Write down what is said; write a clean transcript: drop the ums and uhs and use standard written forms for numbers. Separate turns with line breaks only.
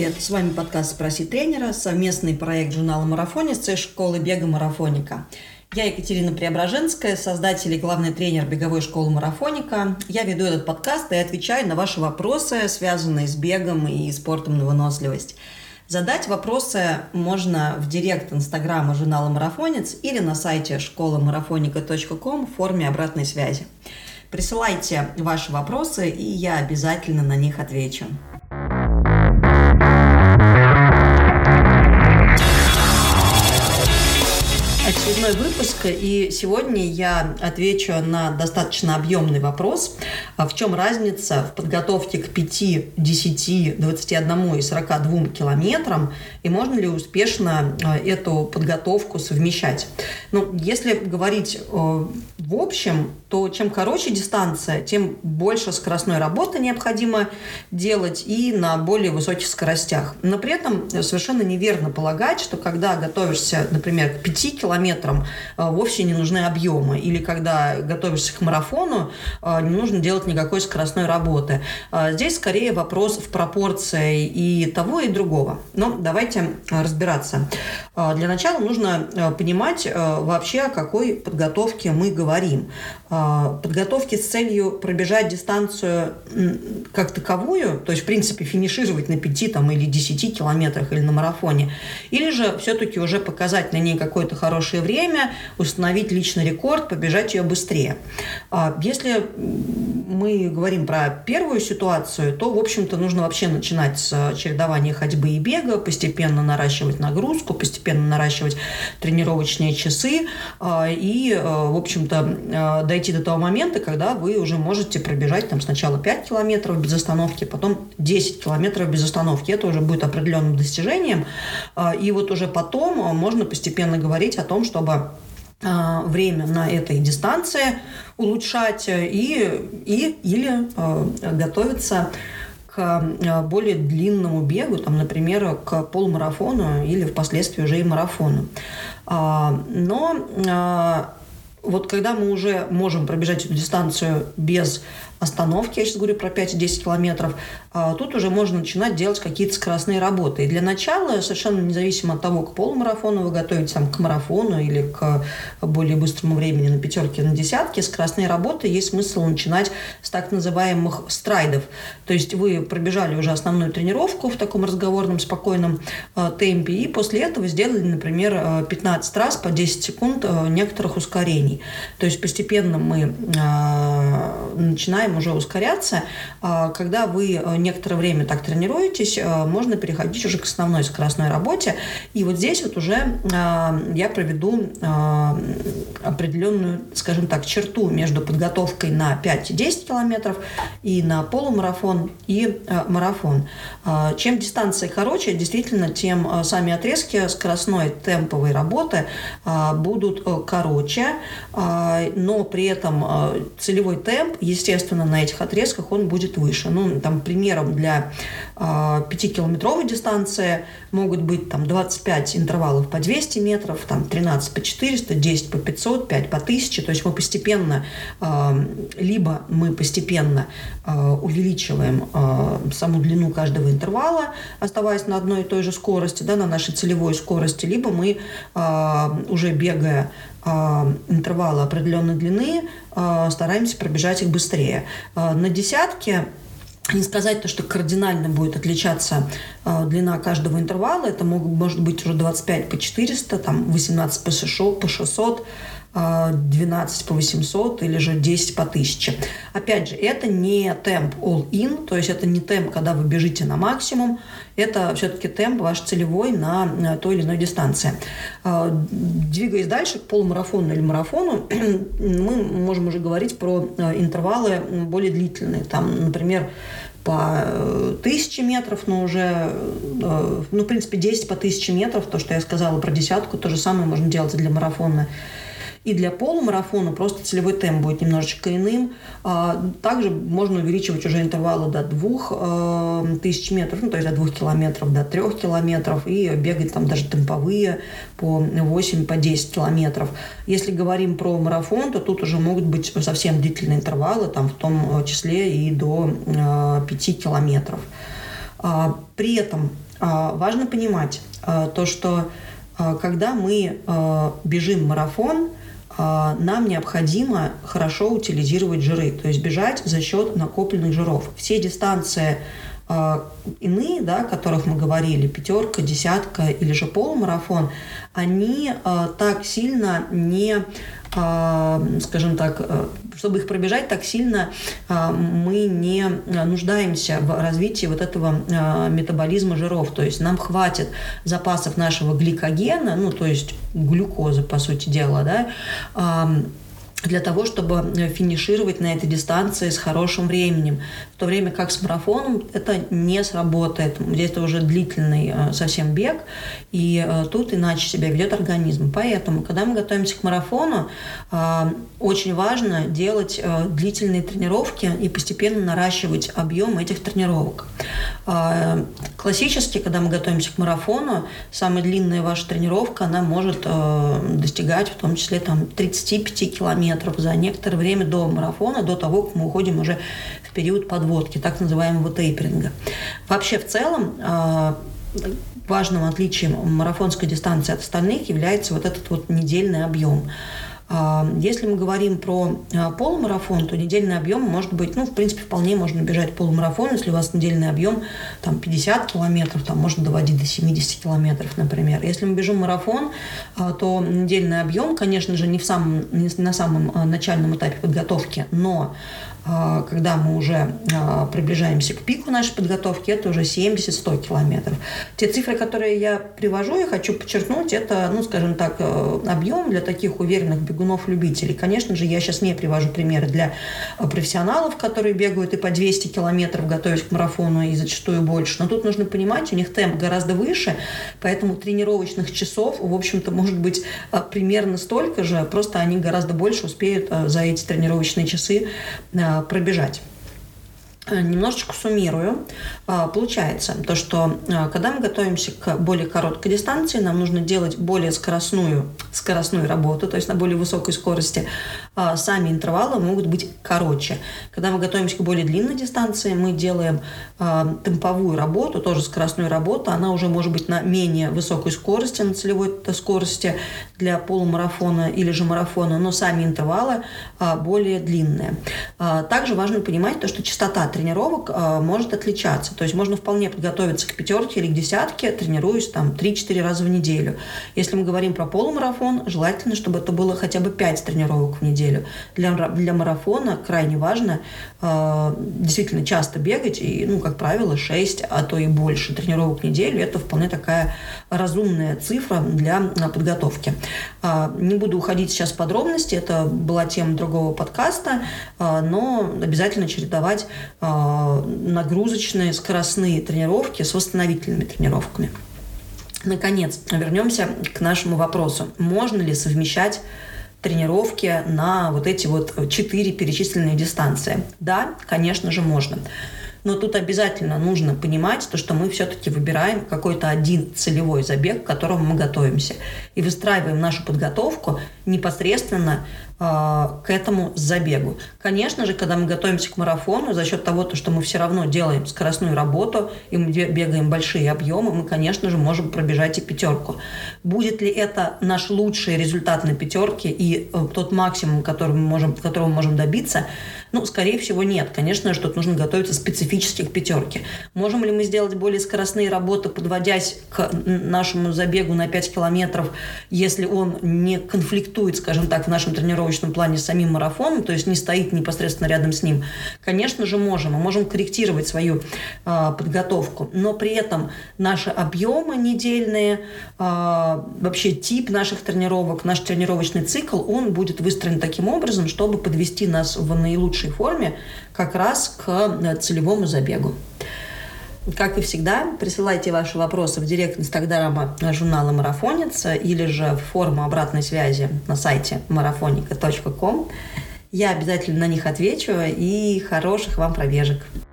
привет! С вами подкаст «Спроси тренера», совместный проект журнала «Марафонец» и школы бега «Марафоника». Я Екатерина Преображенская, создатель и главный тренер беговой школы «Марафоника». Я веду этот подкаст и отвечаю на ваши вопросы, связанные с бегом и спортом на выносливость. Задать вопросы можно в директ инстаграма журнала «Марафонец» или на сайте школамарафоника.ком в форме обратной связи. Присылайте ваши вопросы, и я обязательно на них отвечу. Очередной выпуск, и сегодня я отвечу на достаточно объемный вопрос, в чем разница в подготовке к 5, 10, 21 и 42 километрам, и можно ли успешно эту подготовку совмещать. Если говорить в общем, то чем короче дистанция, тем больше скоростной работы необходимо делать и на более высоких скоростях. Но при этом совершенно неверно полагать, что когда готовишься, например, к 5 километрам, вовсе не нужны объемы. Или когда готовишься к марафону, не нужно делать никакой скоростной работы. Здесь скорее вопрос в пропорции и того, и другого. Но давайте разбираться. Для начала нужно понимать вообще, о какой подготовке мы говорим. Подготовки с целью пробежать дистанцию как таковую, то есть, в принципе, финишировать на 5 или 10 километрах или на марафоне, или же все-таки уже показать на ней какое-то хорошее время, установить личный рекорд, побежать ее быстрее. Если мы говорим про первую ситуацию, то, в общем-то, нужно вообще начинать с чередования ходьбы и бега, постепенно наращивать нагрузку, постепенно наращивать тренировочные часы и, в общем-то, дойти до того момента, когда вы уже можете пробежать сначала 5 километров без остановки, потом 10 километров без остановки. Это уже будет определенным достижением. И вот уже потом можно постепенно говорить о том, чтобы время на этой дистанции улучшать или готовиться к более длинному бегу, например, к полумарафону или впоследствии уже и марафону. Но вот когда мы уже можем пробежать эту дистанцию без остановки, я сейчас говорю про 5-10 километров, тут уже можно начинать делать какие-то скоростные работы. И для начала, совершенно независимо от того, к полумарафону вы готовитесь, к марафону или к более быстрому времени на 5, на 10, скоростные работы есть смысл начинать с так называемых страйдов. То есть вы пробежали уже основную тренировку в таком разговорном, спокойном темпе, и после этого сделали, например, 15 раз по 10 секунд некоторых ускорений. То есть постепенно мы начинаем уже ускоряться. Когда вы некоторое время так тренируетесь, можно переходить уже к основной скоростной работе. И вот здесь вот уже я проведу определенную, скажем так, черту между подготовкой на 5-10 километров и на полумарафон и марафон. Чем дистанция короче, действительно, тем сами отрезки скоростной темповой работы будут короче, но при этом целевой темп, естественно, на этих отрезках он будет выше. Примером для 5-километровой дистанции могут быть 25 интервалов по 200 метров, 13 по 400, 10 по 500, 5 по 1000. То есть мы постепенно увеличиваем саму длину каждого интервала, оставаясь на одной и той же скорости, на нашей целевой скорости, либо мы уже бегая интервалы определенной длины, стараемся пробежать их быстрее. На десятке не сказать, что кардинально будет отличаться длина каждого интервала. Это может быть уже 25 по 400, 18 по 600, 12 по 800 или же 10 по 1000. Опять же, это не темп all-in, то есть это не темп, когда вы бежите на максимум, это все-таки темп ваш целевой на той или иной дистанции. Двигаясь дальше к полумарафону или марафону, мы можем уже говорить про интервалы более длительные. Например, по 1000 метров, но уже, в принципе, 10 по 1000 метров, то, что я сказала про десятку, то же самое можно делать и для марафона. И для полумарафона просто целевой темп будет немножечко иным. Также можно увеличивать уже интервалы до 2000 метров, то есть до 2 километров, до 3 километров, и бегать даже темповые по 8, по 10 километров. Если говорим про марафон, то тут уже могут быть совсем длительные интервалы, в том числе и до 5 километров. При этом важно понимать то, что когда мы бежим марафон, нам необходимо хорошо утилизировать жиры, то есть бежать за счет накопленных жиров. Все дистанции иные, да, о которых мы говорили, 5, 10 или же полумарафон, они так сильно не, скажем так, чтобы их пробежать так сильно, мы не нуждаемся в развитии вот этого метаболизма жиров. То есть нам хватит запасов нашего гликогена, ну, то есть глюкозы, по сути дела, да, для того, чтобы финишировать на этой дистанции с хорошим временем. В то время как с марафоном это не сработает. Здесь это уже длительный совсем бег, и тут иначе себя ведет организм. Поэтому, когда мы готовимся к марафону, очень важно делать длительные тренировки и постепенно наращивать объем этих тренировок. Классически, когда мы готовимся к марафону, самая длинная ваша тренировка, она может достигать в том числе 35 километров за некоторое время до марафона, до того, как мы уходим уже в период подводки, так называемого тейперинга. Вообще, в целом, важным отличием марафонской дистанции от остальных является вот этот вот недельный объем. Если мы говорим про полумарафон, то недельный объем может быть, в принципе, вполне можно бежать полумарафон, если у вас недельный объем 50 километров, можно доводить до 70 километров, например. Если мы бежим марафон, то недельный объем, конечно же, не на самом начальном этапе подготовки, но когда мы уже приближаемся к пику нашей подготовки, это уже 70-100 километров. Те цифры, которые я привожу, я хочу подчеркнуть, это, скажем так, объем для таких уверенных бегунов-любителей. Конечно же, я сейчас не привожу примеры для профессионалов, которые бегают и по 200 километров, готовясь к марафону, и зачастую больше. Но тут нужно понимать, у них темп гораздо выше, поэтому тренировочных часов, в общем-то, может быть примерно столько же, просто они гораздо больше успеют за эти тренировочные часы пробежать. Немножечко суммирую. Получается то, что когда мы готовимся к более короткой дистанции, нам нужно делать более скоростную работу, то есть на более высокой скорости. Сами интервалы могут быть короче. Когда мы готовимся к более длинной дистанции, мы делаем темповую работу, тоже скоростную работу. Она уже может быть на менее высокой скорости, на целевой скорости для полумарафона или же марафона, но сами интервалы более длинные. Также важно понимать то, что частота тренировок может отличаться. То есть можно вполне подготовиться к 5 или к 10, тренируясь 3-4 раза в неделю. Если мы говорим про полумарафон, желательно, чтобы это было хотя бы 5 тренировок в неделю. Для марафона крайне важно действительно часто бегать, и, как правило, 6, а то и больше тренировок в неделю. Это вполне такая разумная цифра для подготовки. Не буду уходить сейчас в подробности, это была тема другого подкаста, но обязательно чередовать нагрузочные, скоростные тренировки с восстановительными тренировками. Наконец, вернемся к нашему вопросу. Можно ли совмещать тренировки на вот эти 4 перечисленные дистанции? Да, конечно же, можно. Но тут обязательно нужно понимать, что мы все-таки выбираем какой-то один целевой забег, к которому мы готовимся. И выстраиваем нашу подготовку непосредственно к этому забегу. Конечно же, когда мы готовимся к марафону, за счет того, что мы все равно делаем скоростную работу и мы бегаем большие объемы, мы, конечно же, можем пробежать и 5. Будет ли это наш лучший результат на 5 и тот максимум, которого мы можем добиться? Скорее всего, нет. Конечно же, тут нужно готовиться специфически к 5. Можем ли мы сделать более скоростные работы, подводясь к нашему забегу на 5 километров, если он не конфликтует, скажем так, в нашем тренировочном плане с самим марафоном, то есть не стоит непосредственно рядом с ним? Конечно же, можем. Мы можем корректировать свою подготовку, но при этом наши объемы недельные, вообще тип наших тренировок, наш тренировочный цикл, он будет выстроен таким образом, чтобы подвести нас в наилучшей форме как раз к целевому забегу. Как и всегда, присылайте ваши вопросы в директ инстаграма журнала «Марафонец» или же в форму обратной связи на сайте marafonica.com. Я обязательно на них отвечу, и хороших вам пробежек.